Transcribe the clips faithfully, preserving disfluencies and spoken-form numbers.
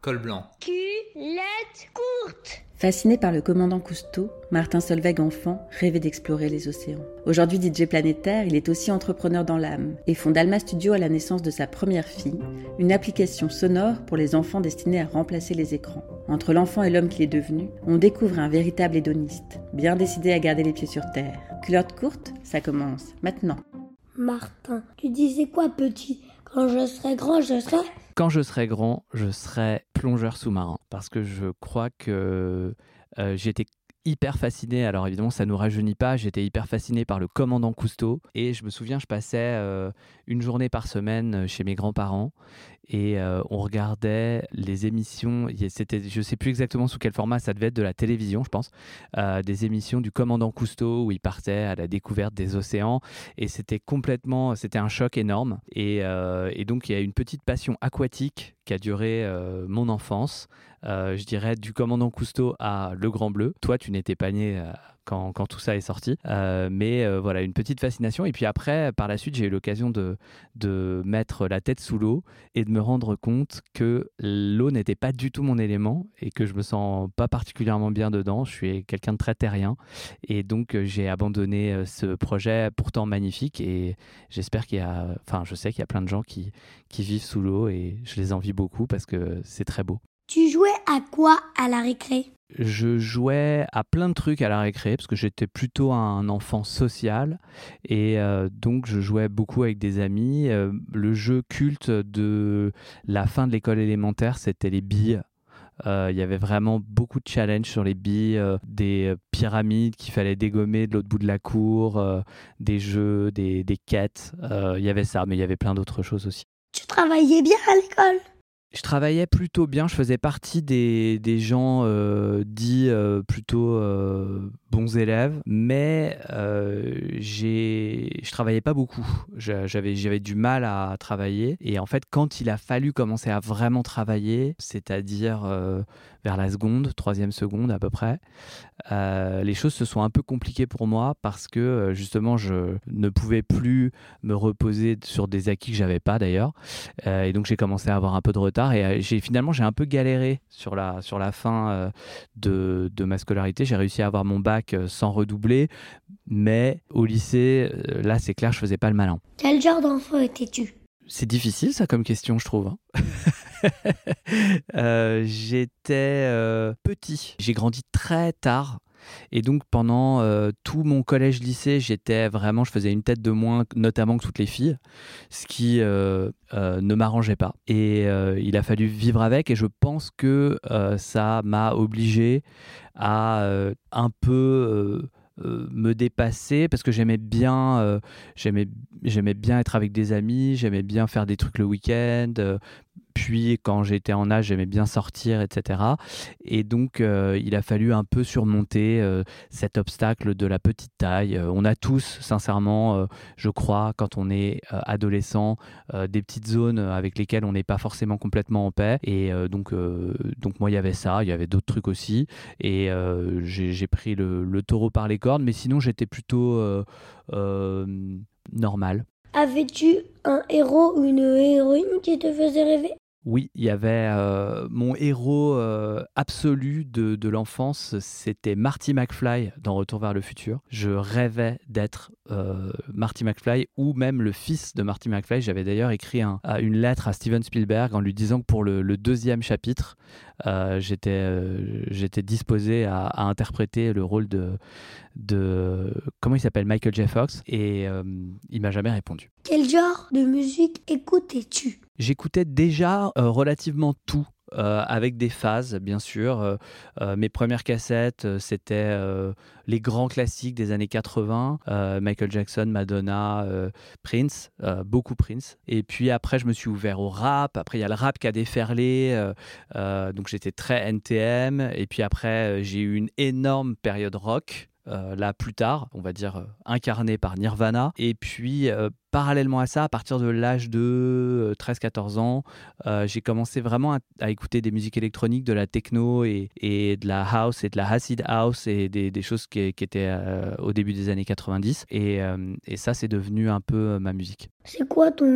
col blanc. Culotte courte. Fasciné par le commandant Cousteau, Martin Solveig enfant rêvait d'explorer les océans. Aujourd'hui D J planétaire, il est aussi entrepreneur dans l'âme et fonde Alma Studio à la naissance de sa première fille, une application sonore pour les enfants destinée à remplacer les écrans. Entre l'enfant et l'homme qu'il est devenu, on découvre un véritable hédoniste, bien décidé à garder les pieds sur terre. Culotte courte, ça commence maintenant. Martin, tu disais quoi petit ? Quand je serai grand, je serai... Quand je serai grand, je serai plongeur sous-marin. Parce que je crois que euh, j'étais hyper fasciné. Alors évidemment, ça ne nous rajeunit pas. J'étais hyper fasciné par le commandant Cousteau. Et je me souviens, je passais euh, une journée par semaine chez mes grands-parents. Et euh, on regardait les émissions. C'était, je ne sais plus exactement sous quel format. Ça devait être de la télévision, je pense. Euh, des émissions du commandant Cousteau où il partait à la découverte des océans. Et c'était complètement... C'était un choc énorme. Et, euh, et donc, il y a une petite passion aquatique qui a duré euh, mon enfance. Euh, je dirais du commandant Cousteau à Le Grand Bleu. Toi, tu n'étais pas né euh, quand, quand tout ça est sorti. Euh, mais euh, voilà, une petite fascination. Et puis après, par la suite, j'ai eu l'occasion de, de mettre la tête sous l'eau et de me rendre compte que l'eau n'était pas du tout mon élément et que je me sens pas particulièrement bien dedans. Je suis quelqu'un de très terrien. Et donc, euh, j'ai abandonné euh, ce projet pourtant magnifique. Et j'espère qu'il y a... Enfin, je sais qu'il y a plein de gens qui, qui vivent sous l'eau et je les envie beaucoup parce que c'est très beau. Tu jouais à quoi à la récré ? Je jouais à plein de trucs à la récré parce que j'étais plutôt un enfant social et euh, donc je jouais beaucoup avec des amis. Euh, le jeu culte de la fin de l'école élémentaire, c'était les billes. Il euh, y avait vraiment beaucoup de challenges sur les billes, euh, des pyramides qu'il fallait dégommer de l'autre bout de la cour, euh, des jeux, des, des quêtes. Il euh, y avait ça, mais il y avait plein d'autres choses aussi. Tu travaillais bien à l'école ? Je travaillais plutôt bien, je faisais partie des, des gens euh, dits euh, plutôt euh, bons élèves, mais euh, j'ai, je travaillais pas beaucoup. J'avais, j'avais du mal à travailler et en fait quand il a fallu commencer à vraiment travailler, c'est-à-dire euh, vers la seconde, troisième seconde à peu près, euh, les choses se sont un peu compliquées pour moi parce que justement je ne pouvais plus me reposer sur des acquis que j'avais pas d'ailleurs euh, et donc j'ai commencé à avoir un peu de retard. Et j'ai, finalement, j'ai un peu galéré sur la, sur la fin euh, de, de ma scolarité. J'ai réussi à avoir mon bac euh, sans redoubler, mais au lycée, euh, là, c'est clair, je faisais pas le malin. Quel genre d'enfant étais-tu ? C'est difficile, ça, comme question, je trouve. Hein. euh, j'étais euh, petit. J'ai grandi très tard. Et donc pendant euh, tout mon collège-lycée, j'étais vraiment, je faisais une tête de moins, notamment que toutes les filles, ce qui euh, euh, ne m'arrangeait pas. Et euh, il a fallu vivre avec, et je pense que euh, ça m'a obligé à euh, un peu euh, euh, me dépasser, parce que j'aimais bien, euh, j'aimais, j'aimais bien être avec des amis, j'aimais bien faire des trucs le week-end. Euh, Puis, quand j'étais en âge, j'aimais bien sortir, et cetera. Et donc, euh, il a fallu un peu surmonter euh, cet obstacle de la petite taille. Euh, on a tous, sincèrement, euh, je crois, quand on est euh, adolescent, euh, des petites zones avec lesquelles on n'est pas forcément complètement en paix. Et euh, donc, euh, donc, moi, il y avait ça. Il y avait d'autres trucs aussi. Et euh, j'ai, j'ai pris le, le taureau par les cornes. Mais sinon, j'étais plutôt euh, euh, normal. Avais-tu un héros ou une héroïne qui te faisait rêver ? Oui, il y avait euh, mon héros euh, absolu de, de l'enfance, c'était Marty McFly dans Retour vers le futur. Je rêvais d'être euh, Marty McFly ou même le fils de Marty McFly. J'avais d'ailleurs écrit un, une lettre à Steven Spielberg en lui disant que pour le, le deuxième chapitre, euh, j'étais, euh, j'étais disposé à, à interpréter le rôle de, de... Comment il s'appelle ? Michael J. Fox. Et euh, il m'a jamais répondu. Quel genre de musique écoutais-tu ? J'écoutais déjà euh, relativement tout, euh, avec des phases, bien sûr. Euh, euh, mes premières cassettes, euh, c'était euh, les grands classiques des années quatre-vingts, euh, Michael Jackson, Madonna, euh, Prince, euh, beaucoup Prince. Et puis après, je me suis ouvert au rap. Après, il y a le rap qui a déferlé, euh, euh, donc j'étais très N T M. Et puis après, j'ai eu une énorme période rock. Euh, là plus tard, on va dire euh, incarné par Nirvana. Et puis euh, parallèlement à ça, à partir de l'âge de euh, treize quatorze ans, euh, j'ai commencé vraiment à, à écouter des musiques électroniques, de la techno et, et de la house et de la acid house et des, des choses qui, qui étaient euh, au début des années quatre-vingt-dix. Et, euh, et ça, c'est devenu un peu euh, ma musique. C'est quoi ton métier ?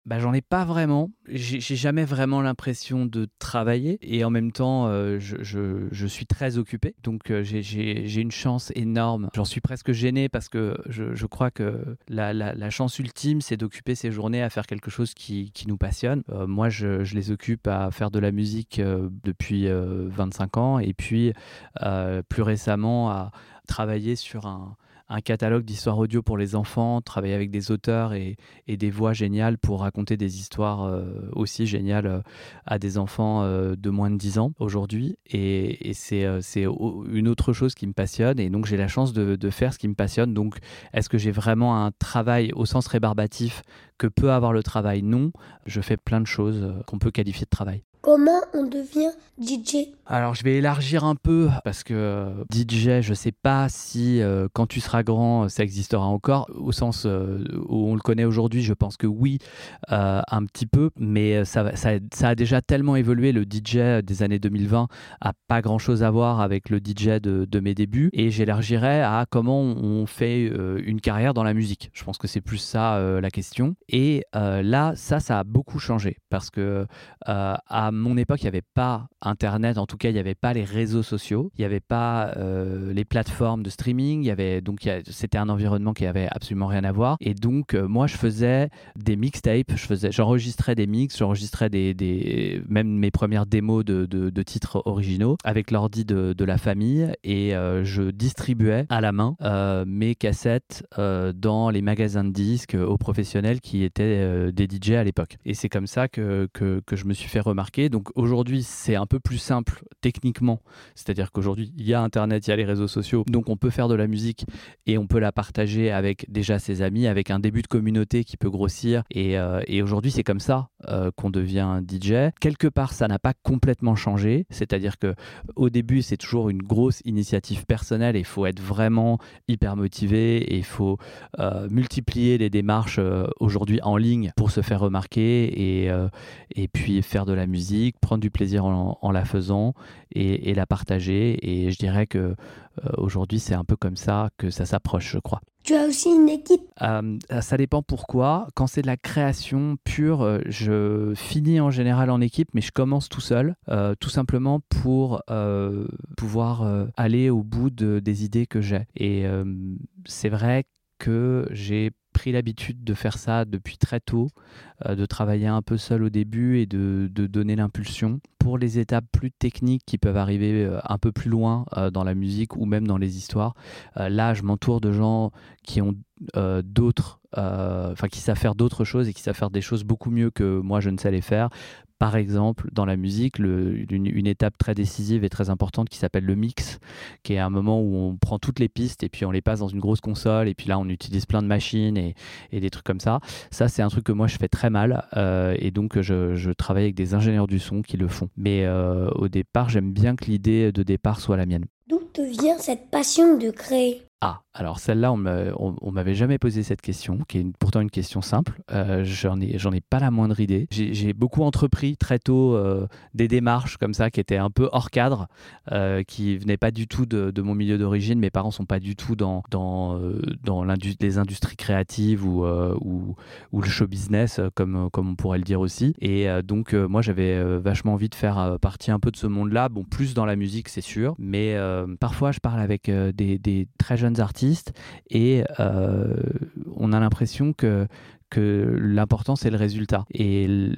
Bah, j'en ai pas vraiment. J'ai, j'ai jamais vraiment l'impression de travailler et en même temps, euh, je, je, je suis très occupé. Donc, euh, j'ai, j'ai, j'ai une chance énorme. J'en suis presque gêné parce que je, je crois que la, la, la chance ultime, c'est d'occuper ses journées à faire quelque chose qui, qui nous passionne. Euh, moi, je, je les occupe à faire de la musique euh, depuis euh, vingt-cinq ans et puis euh, plus récemment à travailler sur un un catalogue d'histoires audio pour les enfants, travailler avec des auteurs et, et des voix géniales pour raconter des histoires euh, aussi géniales euh, à des enfants euh, de moins de dix ans aujourd'hui. Et, et c'est, euh, c'est une autre chose qui me passionne. Et donc, j'ai la chance de, de faire ce qui me passionne. Donc, est-ce que j'ai vraiment un travail au sens rébarbatif que peut avoir le travail? Non. Je fais plein de choses euh, qu'on peut qualifier de travail. Comment on devient D J? Alors, je vais élargir un peu parce que euh, D J, je ne sais pas si euh, quand tu seras grand, ça existera encore. Au sens euh, où on le connaît aujourd'hui, je pense que oui, euh, un petit peu. Mais ça, ça, ça a déjà tellement évolué. Le D J des années deux mille vingt n'a pas grand-chose à voir avec le D J de, de mes débuts. Et j'élargirais à comment on fait euh, une carrière dans la musique. Je pense que c'est plus ça euh, la question. Et euh, là, ça, ça a beaucoup changé parce que euh, à À mon époque, il n'y avait pas Internet, en tout cas, il n'y avait pas les réseaux sociaux, il n'y avait pas euh, les plateformes de streaming, il y avait, donc il y a, c'était un environnement qui n'avait absolument rien à voir. Et donc, euh, moi, je faisais des mixtapes, je faisais, j'enregistrais des mix, j'enregistrais des, des, même mes premières démos de, de, de titres originaux avec l'ordi de, de la famille et euh, je distribuais à la main euh, mes cassettes euh, dans les magasins de disques aux professionnels qui étaient euh, des D J à l'époque. Et c'est comme ça que, que, que je me suis fait remarquer. Donc aujourd'hui, c'est un peu plus simple techniquement. C'est-à-dire qu'aujourd'hui, il y a Internet, il y a les réseaux sociaux. Donc on peut faire de la musique et on peut la partager avec déjà ses amis, avec un début de communauté qui peut grossir. Et, euh, et aujourd'hui, c'est comme ça euh, qu'on devient D J. Quelque part, ça n'a pas complètement changé. C'est-à-dire qu'au début, c'est toujours une grosse initiative personnelle et il faut être vraiment hyper motivé et il faut euh, multiplier les démarches euh, aujourd'hui en ligne pour se faire remarquer et, euh, et puis faire de la musique, prendre du plaisir en, en la faisant et, et la partager. Et je dirais que euh, aujourd'hui, c'est un peu comme ça que ça s'approche, je crois. Tu as aussi une équipe? Euh, ça dépend pourquoi. Quand c'est de la création pure, je finis en général en équipe, mais je commence tout seul, euh, tout simplement pour euh, pouvoir euh, aller au bout de, des idées que j'ai. Et euh, c'est vrai que j'ai pris l'habitude de faire ça depuis très tôt, euh, de travailler un peu seul au début et de, de donner l'impulsion. Pour les étapes plus techniques qui peuvent arriver euh, un peu plus loin euh, dans la musique ou même dans les histoires, euh, là je m'entoure de gens qui ont euh, d'autres, enfin euh, qui savent faire d'autres choses et qui savent faire des choses beaucoup mieux que moi je ne sais les faire. Par exemple, dans la musique, le, une, une étape très décisive et très importante qui s'appelle le mix, qui est un moment où on prend toutes les pistes et puis on les passe dans une grosse console et puis là on utilise plein de machines et, et des trucs comme ça. Ça, c'est un truc que moi je fais très mal euh, et donc je, je travaille avec des ingénieurs du son qui le font. Mais euh, au départ, j'aime bien que l'idée de départ soit la mienne. D'où te vient cette passion de créer? Ah, alors celle-là, on ne on, on m'avait jamais posé cette question, qui est une, pourtant une question simple. Euh, j'en ai, j'en ai pas la moindre idée. J'ai, j'ai beaucoup entrepris très tôt euh, des démarches comme ça qui étaient un peu hors cadre, euh, qui venaient pas du tout de, de mon milieu d'origine. Mes parents sont pas du tout dans dans euh, dans les industries créatives ou, euh, ou ou le show business comme comme on pourrait le dire aussi. Et euh, donc euh, moi j'avais euh, vachement envie de faire euh, partie un peu de ce monde-là. Bon, plus dans la musique c'est sûr, mais euh, parfois je parle avec euh, des, des très jeunes artistes et euh, on a l'impression que, que l'important c'est le résultat et l-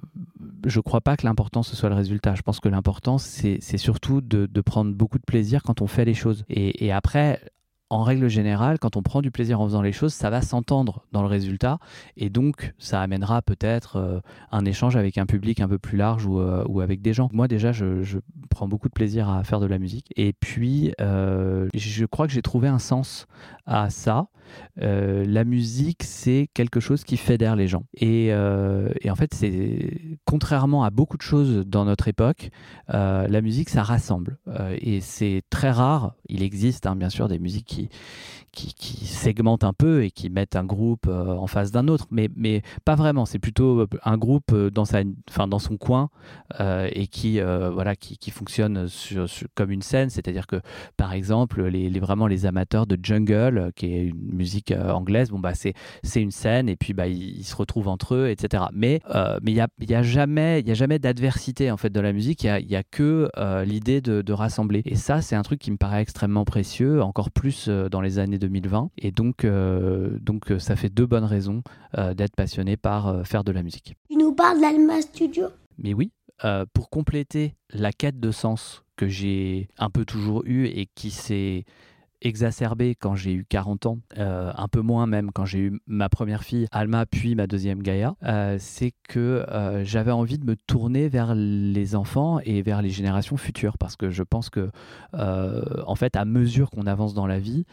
je crois pas que l'important ce soit le résultat. Je pense que l'important c'est, c'est surtout de, de prendre beaucoup de plaisir quand on fait les choses et, et après en règle générale, quand on prend du plaisir en faisant les choses, ça va s'entendre dans le résultat et donc ça amènera peut-être euh, un échange avec un public un peu plus large ou, euh, ou avec des gens. Moi déjà, je, je prends beaucoup de plaisir à faire de la musique et puis euh, je crois que j'ai trouvé un sens à ça. Euh, la musique, c'est quelque chose qui fédère les gens. Et, euh, et en fait, c'est contrairement à beaucoup de choses dans notre époque, euh, la musique, ça rassemble. Euh, et c'est très rare. Il existe, hein, bien sûr, des musiques qui, qui, qui segmentent un peu et qui mettent un groupe euh, en face d'un autre, mais, mais pas vraiment. C'est plutôt un groupe dans, sa, enfin, dans son coin euh, et qui, euh, voilà, qui, qui fonctionne sur, sur, comme une scène. C'est-à-dire que, par exemple, les, les, vraiment les amateurs de jungle, qui est une musique euh, anglaise, bon, bah, c'est, c'est une scène et puis bah, ils, ils se retrouvent entre eux, et cetera. Mais euh, mais il n'y a, y a jamais, y a jamais d'adversité en fait, dans la musique. Il n'y a, y a que euh, l'idée de, de rassembler. Et ça, c'est un truc qui me paraît extrêmement précieux, encore plus euh, dans les années deux mille vingt. Et donc, euh, donc ça fait deux bonnes raisons euh, d'être passionné par euh, faire de la musique. Tu nous parles d'Alma Studio ? Mais oui, euh, pour compléter la quête de sens que j'ai un peu toujours eue et qui s'est exacerbé quand j'ai eu quarante ans, euh, un peu moins même quand j'ai eu ma première fille, Alma, puis ma deuxième Gaïa, euh, c'est que euh, j'avais envie de me tourner vers les enfants et vers les générations futures, parce que je pense que, euh, en fait, à mesure qu'on avance dans la vie,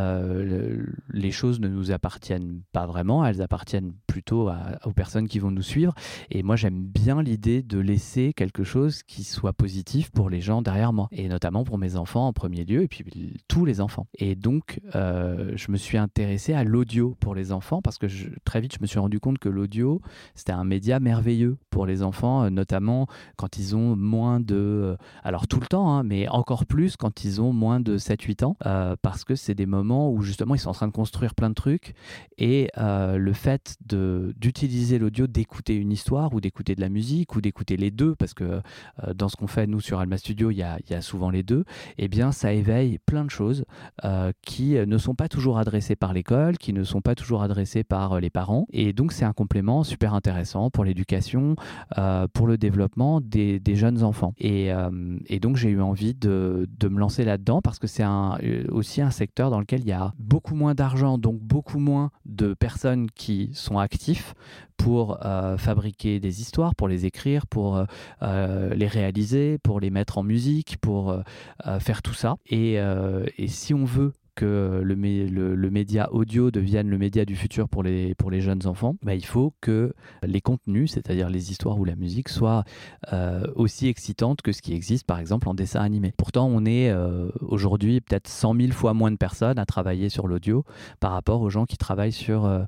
euh, le, les choses ne nous appartiennent pas vraiment, elles appartiennent plutôt à, aux personnes qui vont nous suivre, et moi j'aime bien l'idée de laisser quelque chose qui soit positif pour les gens derrière moi, et notamment pour mes enfants en premier lieu, et puis tous les enfants. Et donc, euh, je me suis intéressé à l'audio pour les enfants parce que je, très vite, je me suis rendu compte que l'audio, c'était un média merveilleux pour les enfants, euh, notamment quand ils ont moins de... Euh, alors tout le temps, hein, mais encore plus quand ils ont moins de sept huit ans, euh, parce que c'est des moments où justement, ils sont en train de construire plein de trucs et euh, le fait de, d'utiliser l'audio, d'écouter une histoire ou d'écouter de la musique ou d'écouter les deux, parce que euh, dans ce qu'on fait, nous, sur Alma Studio, il y a, y a souvent les deux, eh bien, ça éveille plein de choses Euh, qui ne sont pas toujours adressés par l'école, qui ne sont pas toujours adressés par euh, les parents. Et donc, c'est un complément super intéressant pour l'éducation, euh, pour le développement des, des jeunes enfants. Et, euh, et donc, j'ai eu envie de, de me lancer là-dedans parce que c'est un, aussi un secteur dans lequel il y a beaucoup moins d'argent, donc beaucoup moins de personnes qui sont actifs pour euh, fabriquer des histoires, pour les écrire, pour euh, les réaliser, pour les mettre en musique, pour euh, faire tout ça. Et, euh, et si on veut que le, le, le média audio devienne le média du futur pour les, pour les jeunes enfants, bah, il faut que les contenus, c'est-à-dire les histoires ou la musique, soient euh, aussi excitantes que ce qui existe par exemple en dessin animé. Pourtant, on est euh, aujourd'hui peut-être cent mille fois moins de personnes à travailler sur l'audio par rapport aux gens qui travaillent sur euh,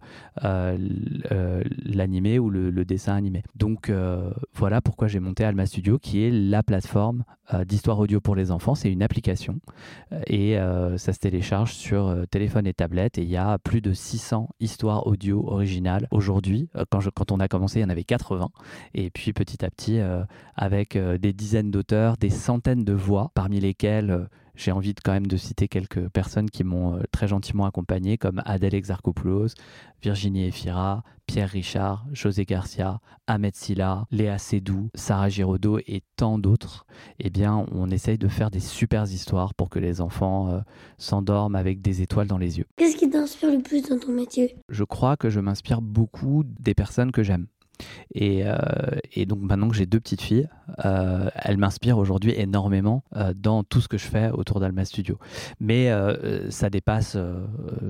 euh, l'animé ou le, le dessin animé. Donc euh, voilà pourquoi j'ai monté Alma Studio, qui est la plateforme euh, d'histoire audio pour les enfants. C'est une application et euh, ça se télécharge sur euh, téléphone et tablette, et il y a plus de six cents histoires audio originales aujourd'hui. Euh, quand, je, quand on a commencé, il y en avait quatre-vingts, et puis petit à petit, euh, avec euh, des dizaines d'auteurs, des centaines de voix, parmi lesquelles euh, j'ai envie de, quand même de citer quelques personnes qui m'ont euh, très gentiment accompagné, comme Adèle Exarchopoulos, Virginie Efira, Pierre Richard, José Garcia, Ahmed Silla, Léa Seydoux, Sarah Giraudot et tant d'autres. Eh bien, on essaye de faire des super histoires pour que les enfants euh, s'endorment avec des étoiles dans les yeux. Qu'est-ce qui t'inspire le plus dans ton métier ? Je crois que je m'inspire beaucoup des personnes que j'aime. Et, euh, et donc maintenant que j'ai deux petites filles, euh, elles m'inspirent aujourd'hui énormément euh, dans tout ce que je fais autour d'Alma Studio. Mais euh, ça dépasse euh,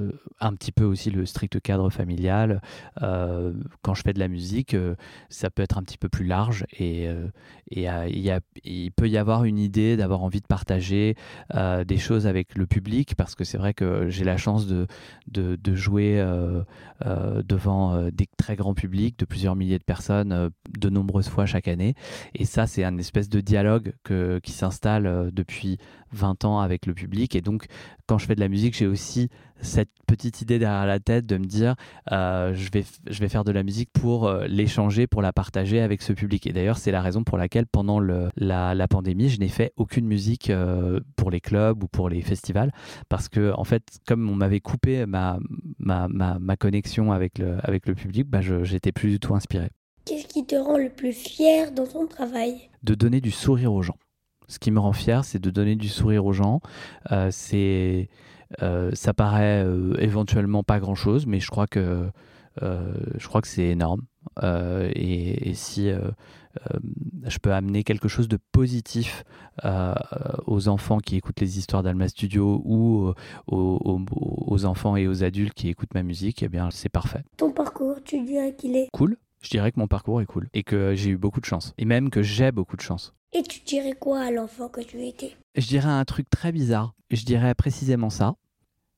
un petit peu aussi le strict cadre familial. Euh, quand je fais de la musique, euh, ça peut être un petit peu plus large, et, euh, et euh, il, y a, il peut y avoir une idée d'avoir envie de partager euh, des choses avec le public, parce que c'est vrai que j'ai la chance de, de, de jouer euh, euh, devant euh, des très grands publics, de plusieurs milliers de personnes euh, de nombreuses fois chaque année, et ça c'est un espèce de dialogue que, qui s'installe euh, depuis vingt ans avec le public. Et donc quand je fais de la musique, j'ai aussi cette petite idée derrière la tête de me dire euh, je, vais, je vais faire de la musique pour euh, l'échanger, pour la partager avec ce public. Et d'ailleurs c'est la raison pour laquelle pendant le, la, la pandémie, je n'ai fait aucune musique euh, pour les clubs ou pour les festivals, parce que en fait, comme on m'avait coupé ma, ma, ma, ma connexion avec le, avec le public, bah, je n'étais plus du tout inspiré. Qu'est-ce qui te rend le plus fier dans ton travail ? De donner du sourire aux gens. Ce qui me rend fier, c'est de donner du sourire aux gens. Euh, c'est, euh, ça paraît euh, éventuellement pas grand-chose, mais je crois que, euh, je crois que c'est énorme. Euh, et, et si euh, euh, je peux amener quelque chose de positif euh, aux enfants qui écoutent les histoires d'Alma Studio, ou euh, aux, aux, aux enfants et aux adultes qui écoutent ma musique, eh bien c'est parfait. Ton parcours, tu dirais qu'il est cool ? Je dirais que mon parcours est cool et que j'ai eu beaucoup de chance, et même que j'ai beaucoup de chance. Et tu dirais quoi à l'enfant que tu étais ? Je dirais un truc très bizarre. Je dirais précisément ça.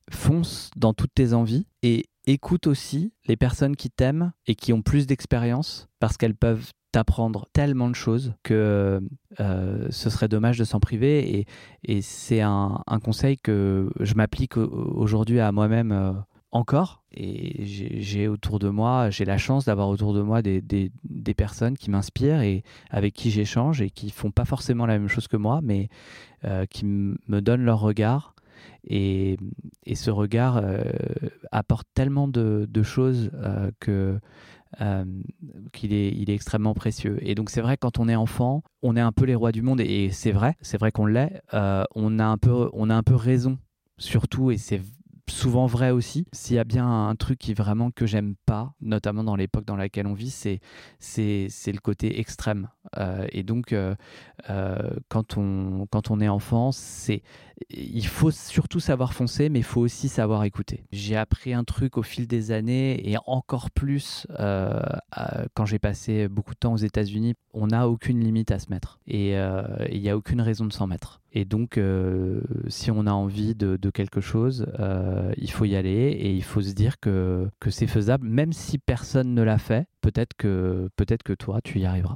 fonce dans toutes tes envies et écoute aussi les personnes qui t'aiment et qui ont plus d'expérience parce qu'elles peuvent t'apprendre tellement de choses que euh, ce serait dommage de s'en priver. Et, et c'est un, un conseil que je m'applique aujourd'hui à moi-même euh, encore. Et j'ai, j'ai autour de moi, j'ai la chance d'avoir autour de moi des, des, des personnes qui m'inspirent et avec qui j'échange et qui font pas forcément la même chose que moi, mais euh, qui m- me donnent leur regard. Et, et ce regard euh, apporte tellement de, de choses euh, que, euh, qu'il est, il est extrêmement précieux. Et donc c'est vrai, quand on est enfant, on est un peu les rois du monde, et, et c'est vrai, c'est vrai qu'on l'est. Euh, on a un peu, on a un peu raison, surtout, et c'est souvent vrai aussi. S'il y a bien un truc qui vraiment que j'aime pas, notamment dans l'époque dans laquelle on vit, c'est, c'est, c'est le côté extrême. Euh, et donc, euh, euh, quand, on, quand on est enfant, c'est, il faut surtout savoir foncer, mais il faut aussi savoir écouter. J'ai appris un truc au fil des années, et encore plus euh, à, quand j'ai passé beaucoup de temps aux États-Unis. On n'a aucune limite à se mettre, et il euh, n'y a aucune raison de s'en mettre. Et donc, euh, si on a envie de, de quelque chose, euh, il faut y aller, et il faut se dire que, que c'est faisable, même si personne ne l'a fait. Peut-être que, peut-être que toi, tu y arriveras.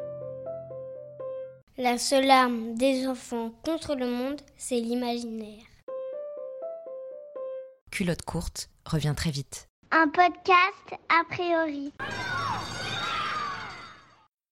La seule arme des enfants contre le monde, c'est l'imaginaire. Culotte courte revient très vite. Un podcast a priori.